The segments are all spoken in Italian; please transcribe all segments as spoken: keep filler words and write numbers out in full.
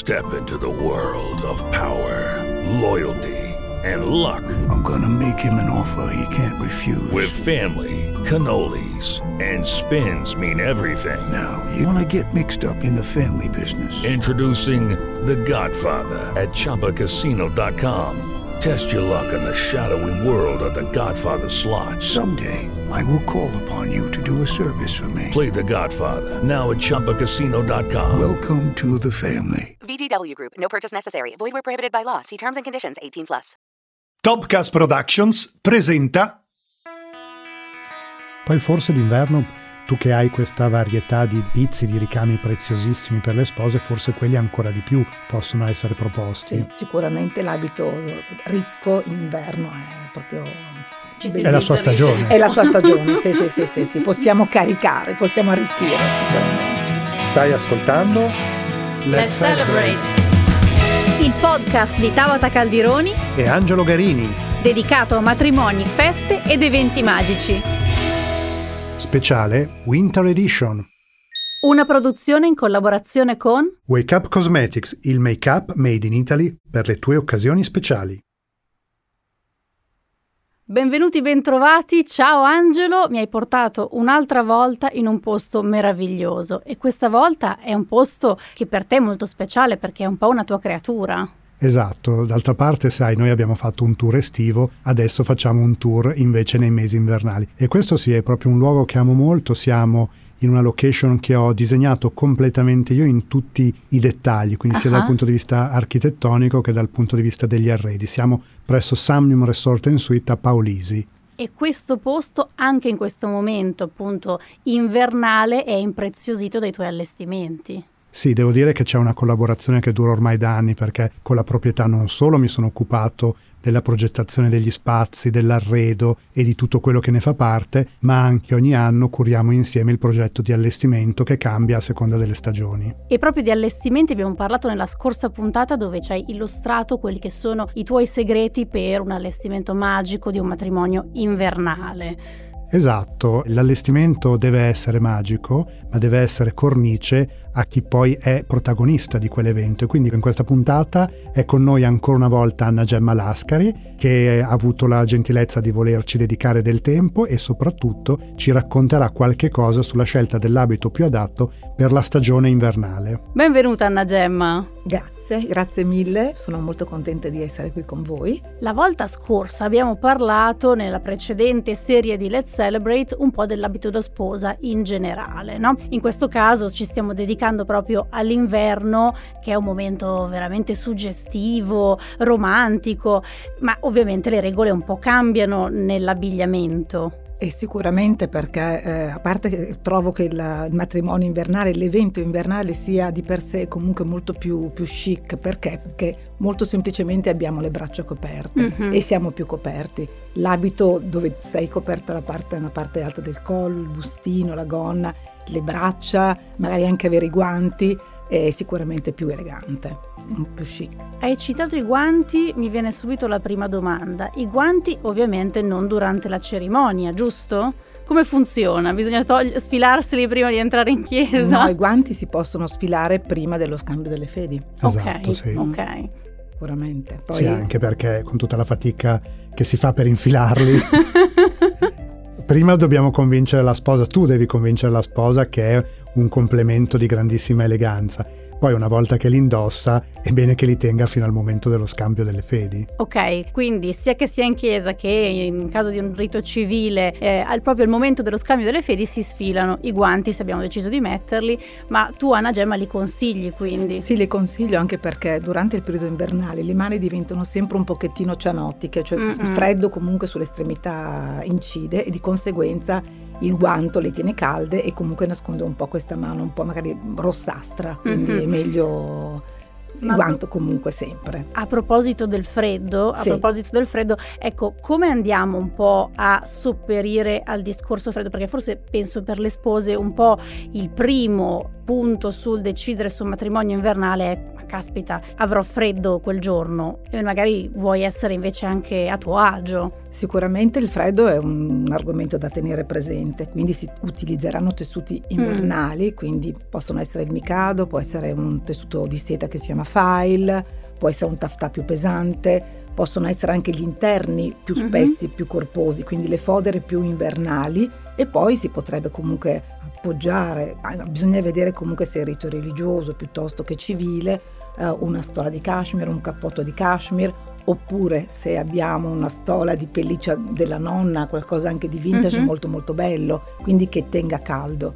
Step into the world of power, loyalty, and luck. I'm gonna make him an offer he can't refuse. With family, cannolis, and spins mean everything. Now, you wanna get mixed up in the family business. Introducing The Godfather at Chumba Casino dot com. Test your luck in the shadowy world of The Godfather slot. Someday, I will call upon you to do a service for me. Play The Godfather, now at Chumba Casino dot com. Welcome to the family. V G W Group. No purchase necessary. Void where prohibited by law. See terms and conditions. eighteen plus. Topcast Productions presenta. Poi forse d'inverno, tu che hai questa varietà di pizzi, di ricami preziosissimi per le spose, forse quelli ancora di più possono essere proposti. Sì, sicuramente l'abito ricco in inverno è proprio... È la sua stagione. È la sua stagione, sì, sì, sì, sì, sì. Possiamo caricare, possiamo arricchire sicuramente. Stai ascoltando? Let's Celebrate! Il podcast di Tabata Caldironi E Angelo Garini. dedicato a matrimoni, feste ed eventi magici. Speciale Winter Edition. Una produzione in collaborazione con Wake Up Cosmetics, il make-up made in Italy per le tue occasioni speciali. Benvenuti, bentrovati. Ciao Angelo, mi hai portato un'altra volta in un posto meraviglioso e questa volta è un posto che per te è molto speciale perché è un po' una tua creatura. Esatto, d'altra parte sai, noi abbiamo fatto un tour estivo, adesso facciamo un tour invece nei mesi invernali e questo sì è proprio un luogo che amo molto. Siamo in una location che ho disegnato completamente io in tutti i dettagli, quindi uh-huh. sia dal punto di vista architettonico che dal punto di vista degli arredi. Siamo presso Samnium Resort and Suite a Paolisi. E questo posto anche in questo momento appunto invernale è impreziosito dai tuoi allestimenti. Sì, devo dire che c'è una collaborazione che dura ormai da anni perché con la proprietà non solo mi sono occupato della progettazione degli spazi, dell'arredo e di tutto quello che ne fa parte, ma anche ogni anno curiamo insieme il progetto di allestimento che cambia a seconda delle stagioni. E proprio di allestimenti abbiamo parlato nella scorsa puntata dove ci hai illustrato quelli che sono i tuoi segreti per un allestimento magico di un matrimonio invernale. Esatto, l'allestimento deve essere magico, ma deve essere cornice a chi poi è protagonista di quell'evento. E quindi in questa puntata è con noi ancora una volta Anna Gemma Lascari, che ha avuto la gentilezza di volerci dedicare del tempo e soprattutto ci racconterà qualche cosa sulla scelta dell'abito più adatto per la stagione invernale. Benvenuta Anna Gemma. Grazie, grazie mille, sono molto contenta di essere qui con voi. La volta scorsa abbiamo parlato nella precedente serie di Let's Celebrate un po' dell'abito da sposa in generale, no? In questo caso ci stiamo dedicando proprio all'inverno, che è un momento veramente suggestivo, romantico, ma ovviamente le regole un po' cambiano nell'abbigliamento. E sicuramente perché eh, a parte che trovo che il, il matrimonio invernale, l'evento invernale sia di per sé comunque molto più, più chic. Perché? Perché molto semplicemente abbiamo le braccia coperte mm-hmm. e siamo più coperti. L'abito dove sei coperta la parte, una parte alta del collo, il bustino, la gonna, le braccia, magari anche avere i guanti, è sicuramente più elegante, più chic. Hai citato i guanti, mi viene subito la prima domanda. I guanti ovviamente non durante la cerimonia, giusto? Come funziona? Bisogna togli- sfilarseli prima di entrare in chiesa? No, i guanti si possono sfilare prima dello scambio delle fedi. Esatto, ok, sì. ok. Sicuramente. Poi... Sì, anche perché con tutta la fatica che si fa per infilarli... Prima dobbiamo convincere la sposa, tu devi convincere la sposa che è un complemento di grandissima eleganza. Poi una volta che li indossa è bene che li tenga fino al momento dello scambio delle fedi. Ok, quindi sia che sia in chiesa che in caso di un rito civile, eh, al proprio al momento dello scambio delle fedi si sfilano i guanti se abbiamo deciso di metterli, ma tu Anna Gemma li consigli quindi? Sì, sì, li consiglio anche perché durante il periodo invernale le mani diventano sempre un pochettino cianotiche, cioè Mm-mm. il freddo comunque sulle estremità incide e di conseguenza il guanto le tiene calde e comunque nasconde un po' questa mano un po' magari rossastra, quindi mm-hmm. è meglio il Ma guanto comunque sempre. A proposito del freddo, a sì. proposito del freddo, ecco, come andiamo un po' a sopperire al discorso freddo? Perché forse penso per le spose un po' il primo punto sul decidere sul matrimonio invernale è: ma caspita, avrò freddo quel giorno e magari vuoi essere invece anche a tuo agio. Sicuramente il freddo è un argomento da tenere presente, quindi si utilizzeranno tessuti invernali, mm. quindi possono essere il micado, può essere un tessuto di seta che si chiama file, può essere un taffetà più pesante, possono essere anche gli interni più spessi, mm-hmm. più corposi, quindi le fodere più invernali, e poi si potrebbe comunque appoggiare, bisogna vedere comunque se è rito religioso piuttosto che civile, eh, una stola di cashmere, un cappotto di cashmere, oppure se abbiamo una stola di pelliccia della nonna, qualcosa anche di vintage mm-hmm. molto molto bello, quindi che tenga caldo.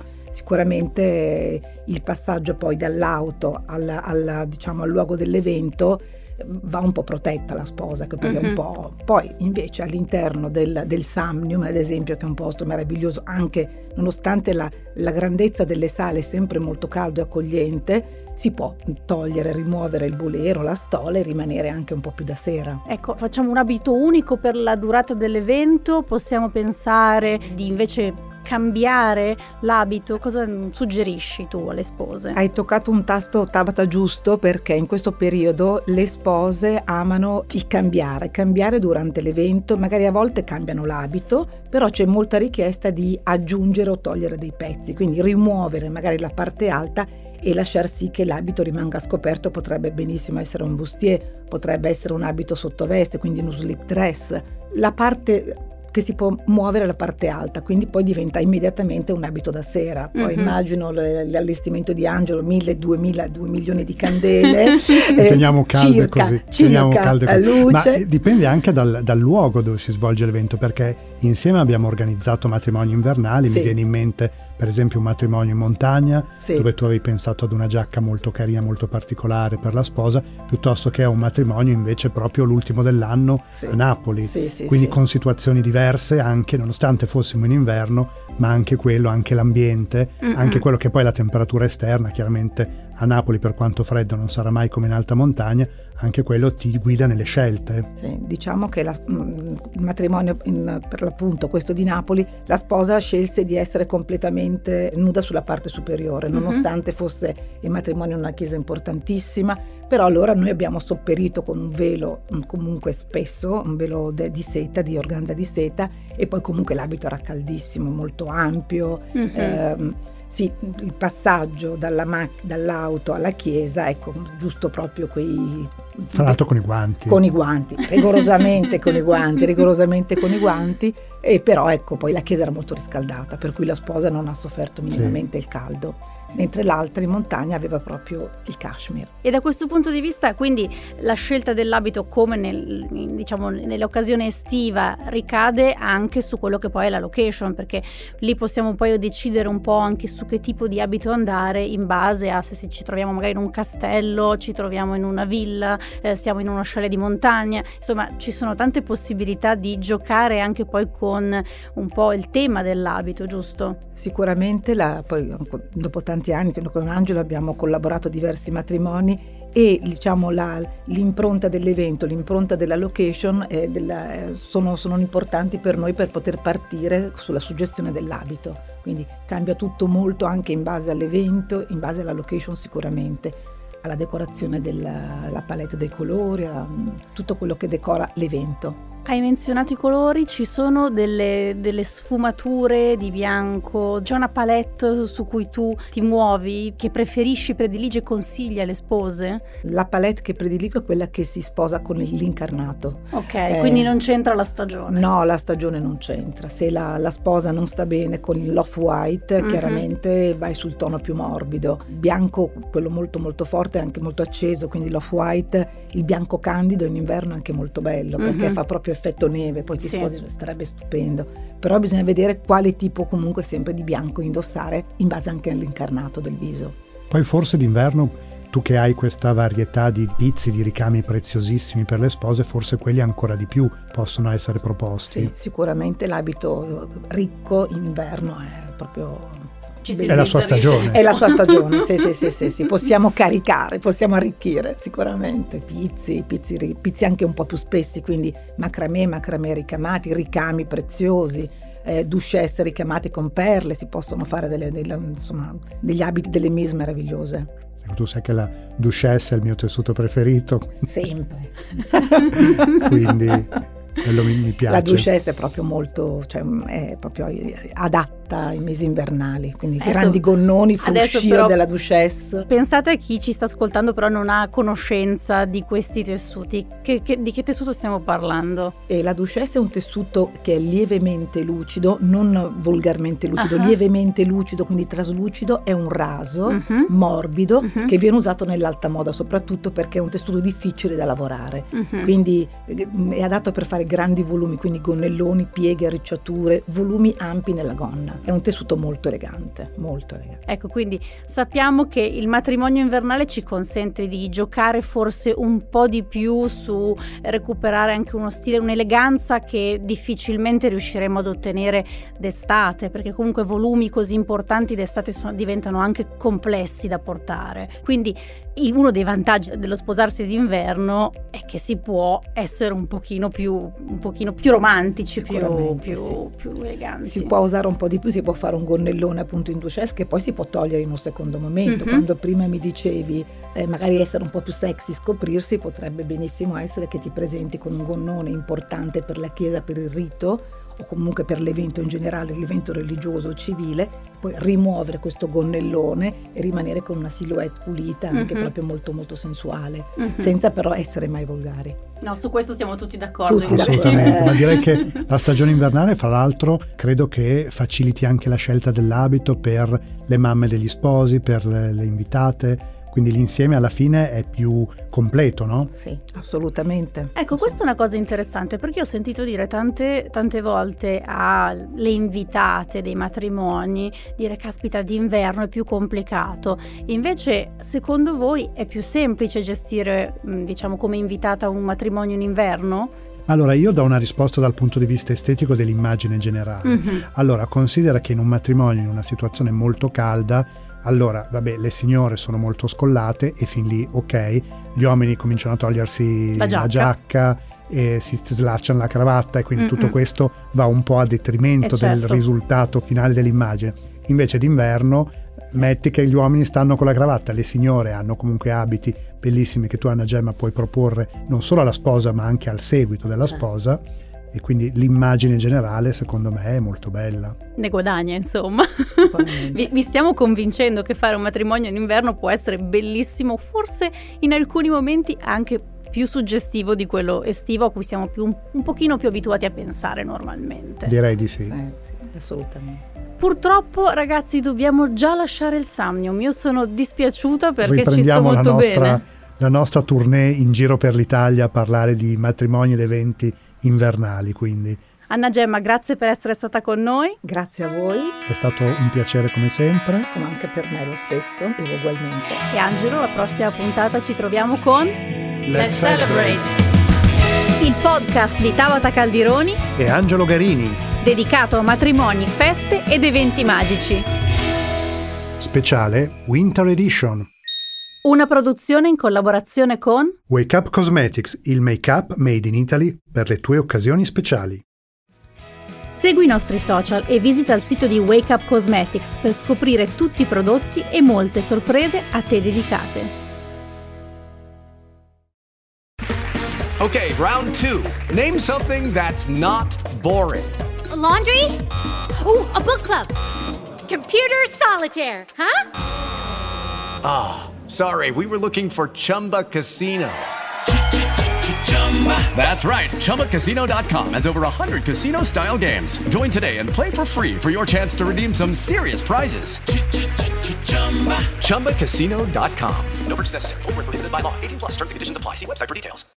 Sicuramente il passaggio poi dall'auto al, al, diciamo, al luogo dell'evento va un po' protetta la sposa, perché mm-hmm. un po'. Poi invece all'interno del, del Samnium, ad esempio, che è un posto meraviglioso, anche nonostante la, la grandezza delle sale, sempre molto caldo e accogliente, si può togliere, rimuovere il bolero, la stola e rimanere anche un po' più da sera. Ecco, facciamo un abito unico per la durata dell'evento, possiamo pensare di invece cambiare l'abito. Cosa suggerisci tu alle spose? Hai toccato un tasto, Tabata, giusto, perché in questo periodo le spose amano il cambiare, cambiare durante l'evento, magari a volte cambiano l'abito, però c'è molta richiesta di aggiungere o togliere dei pezzi, quindi rimuovere magari la parte alta e lasciar sì che l'abito rimanga scoperto. Potrebbe benissimo essere un bustier, potrebbe essere un abito sottoveste, quindi uno slip dress. La parte che si può muovere la parte alta, quindi poi diventa immediatamente un abito da sera. Poi mm-hmm. immagino l'allestimento di Angelo, mille, duemila, due milioni di candele. eh, teniamo calde circa, così. Circa teniamo calde la così. luce. Ma dipende anche dal, dal luogo dove si svolge l'evento, perché insieme abbiamo organizzato matrimoni invernali, sì. mi viene in mente per esempio un matrimonio in montagna, sì. dove tu avevi pensato ad una giacca molto carina, molto particolare per la sposa, piuttosto che a un matrimonio invece proprio l'ultimo dell'anno sì. a Napoli, sì, sì, quindi sì. con situazioni diverse, anche nonostante fossimo in inverno, ma anche quello, anche l'ambiente, mm-hmm. anche quello che poi è la temperatura esterna. Chiaramente a Napoli, per quanto freddo, non sarà mai come in alta montagna, anche quello ti guida nelle scelte. Sì, diciamo che la, il matrimonio in, per l'appunto questo di Napoli, la sposa scelse di essere completamente nuda sulla parte superiore, mm-hmm. nonostante fosse il matrimonio in una chiesa importantissima, però allora noi abbiamo sopperito con un velo comunque spesso, un velo de, di seta, di organza di seta, e poi comunque l'abito era caldissimo, molto ampio, mm-hmm. ehm, sì, il passaggio dalla mac- dall'auto alla chiesa, ecco, giusto proprio quei... Fra l'altro con i guanti. Con i guanti, rigorosamente con i guanti, rigorosamente con i guanti, e però ecco, poi la chiesa era molto riscaldata, per cui la sposa non ha sofferto minimamente sì. il caldo, mentre l'altra in montagna aveva proprio il cashmere. E da questo punto di vista, quindi, la scelta dell'abito, come nel, diciamo, nell'occasione estiva, ricade anche su quello che poi è la location, perché lì possiamo poi decidere un po' anche su che tipo di abito andare in base a se ci troviamo magari in un castello, ci troviamo in una villa, eh, siamo in uno chalet di montagna, insomma ci sono tante possibilità di giocare anche poi con un po' il tema dell'abito, giusto? Sicuramente, la, poi dopo tanti anni che con Angelo abbiamo collaborato a diversi matrimoni, e diciamo la, l'impronta dell'evento, l'impronta della location eh, della, eh, sono, sono importanti per noi per poter partire sulla suggestione dell'abito, quindi cambia tutto molto anche in base all'evento, in base alla location, sicuramente alla decorazione della la palette dei colori, a tutto quello che decora l'evento. Hai menzionato i colori, ci sono delle, delle sfumature di bianco, c'è una palette su cui tu ti muovi, che preferisci, prediligi e consigli alle spose? La palette che prediligo è quella che si sposa con l'incarnato. Ok, eh, quindi non c'entra la stagione? No, la stagione non c'entra. Se la, la sposa non sta bene con l'off-white, mm-hmm. chiaramente vai sul tono più morbido. Bianco, quello molto molto forte, anche molto acceso, quindi l'off-white, il bianco candido in inverno è anche molto bello, perché mm-hmm. fa proprio effetto neve, poi ti sì. sposi, sarebbe stupendo, però bisogna vedere quale tipo comunque sempre di bianco indossare in base anche all'incarnato del viso. Poi forse d'inverno, tu che hai questa varietà di pizzi, di ricami preziosissimi per le spose, forse quelli ancora di più possono essere proposti. Sì, sicuramente l'abito ricco in inverno è proprio... È la sua stagione. È la sua stagione, sì, sì, sì, sì, sì. Possiamo caricare, possiamo arricchire sicuramente. Pizzi, pizzi, pizzi anche un po' più spessi, quindi macramè, macramè ricamati, ricami preziosi, eh, duchesse ricamati con perle, si possono fare delle, delle, insomma, degli abiti, delle mise meravigliose. Tu sai che la duchesse è il mio tessuto preferito. Sempre. Quindi quello mi, mi piace. La duchesse è proprio molto, cioè è proprio adatta ai mesi invernali, quindi adesso, grandi gonnoni, fruscio della duchesse. Pensate a chi ci sta ascoltando però non ha conoscenza di questi tessuti. Che, che, di che tessuto stiamo parlando? E la duchesse è un tessuto che è lievemente lucido, non volgarmente lucido, uh-huh. lievemente lucido, quindi traslucido, è un raso uh-huh. morbido uh-huh. che viene usato nell'alta moda, soprattutto perché è un tessuto difficile da lavorare, uh-huh. quindi è adatto per fare grandi volumi, quindi gonnelloni, pieghe, arricciature, volumi ampi nella gonna. È un tessuto molto elegante, molto elegante. Ecco, quindi sappiamo che il matrimonio invernale ci consente di giocare forse un po' di più su recuperare anche uno stile, un'eleganza che difficilmente riusciremo ad ottenere d'estate, perché comunque volumi così importanti d'estate sono, diventano anche complessi da portare. Quindi uno dei vantaggi dello sposarsi d'inverno è che si può essere un pochino più un pochino più romantici, più, più, sì. più eleganti. Si può usare un po' di più, si può fare un gonnellone appunto in duchesse che poi si può togliere in un secondo momento. Mm-hmm. Quando prima mi dicevi eh, magari essere un po' più sexy, scoprirsi, potrebbe benissimo essere che ti presenti con un gonnone importante per la chiesa, per il rito, o comunque per l'evento in generale, l'evento religioso o civile, poi rimuovere questo gonnellone e rimanere con una silhouette pulita, anche mm-hmm. proprio molto molto sensuale, mm-hmm. senza però essere mai volgari. No, su questo siamo tutti d'accordo. Tutti assolutamente, ma direi che la stagione invernale, fra l'altro, credo che faciliti anche la scelta dell'abito per le mamme degli sposi, per le, le invitate. Quindi l'insieme alla fine è più completo, no? Sì, assolutamente. Ecco, questa è una cosa interessante, perché ho sentito dire tante, tante volte alle invitate dei matrimoni, dire caspita, d'inverno è più complicato. Invece, secondo voi è più semplice gestire, diciamo, come invitata un matrimonio in inverno? Allora, io do una risposta dal punto di vista estetico dell'immagine generale. Mm-hmm. Allora, considera che in un matrimonio, in una situazione molto calda, allora, vabbè, le signore sono molto scollate e fin lì, ok, gli uomini cominciano a togliersi la giacca, la giacca e si slacciano la cravatta e quindi Mm-mm. tutto questo va un po' a detrimento eh certo. del risultato finale dell'immagine. Invece d'inverno, metti che gli uomini stanno con la cravatta, le signore hanno comunque abiti bellissimi che tu, Anna Gemma, puoi proporre non solo alla sposa ma anche al seguito della sposa. E quindi l'immagine generale secondo me è molto bella. Ne guadagna, insomma. vi, vi stiamo convincendo che fare un matrimonio in inverno può essere bellissimo, forse in alcuni momenti anche più suggestivo di quello estivo a cui siamo più, un, un pochino più abituati a pensare normalmente. Direi di sì. Sì, sì, assolutamente. Purtroppo, ragazzi, dobbiamo già lasciare il Samnium. Io sono dispiaciuta perché ci sto molto la nostra, bene. la nostra tournée in giro per l'Italia a parlare di matrimoni ed eventi invernali, quindi. Anna Gemma, grazie per essere stata con noi. Grazie a voi. È stato un piacere come sempre. Come anche per me lo stesso e ugualmente. E Angelo, la prossima puntata ci troviamo con Let's, Let's Celebrate, il podcast di Tabata Caldironi e Angelo Garini, dedicato a matrimoni, feste ed eventi magici. Speciale Winter Edition. Una produzione in collaborazione con Wake Up Cosmetics, il make-up made in Italy per le tue occasioni speciali. Segui i nostri social e visita il sito di Wake Up Cosmetics per scoprire tutti i prodotti e molte sorprese a te dedicate. Okay, round two. Name something that's not boring. A laundry? Ooh, a book club. Computer solitaire, huh? Ah. Oh. Sorry, we were looking for Chumba Casino. That's right. Chumba Casino dot com has over one hundred casino-style games. Join today and play for free for your chance to redeem some serious prizes. Chumba Casino dot com. No purchase necessary. Void where prohibited by law. eighteen plus. Terms and conditions apply. See website for details.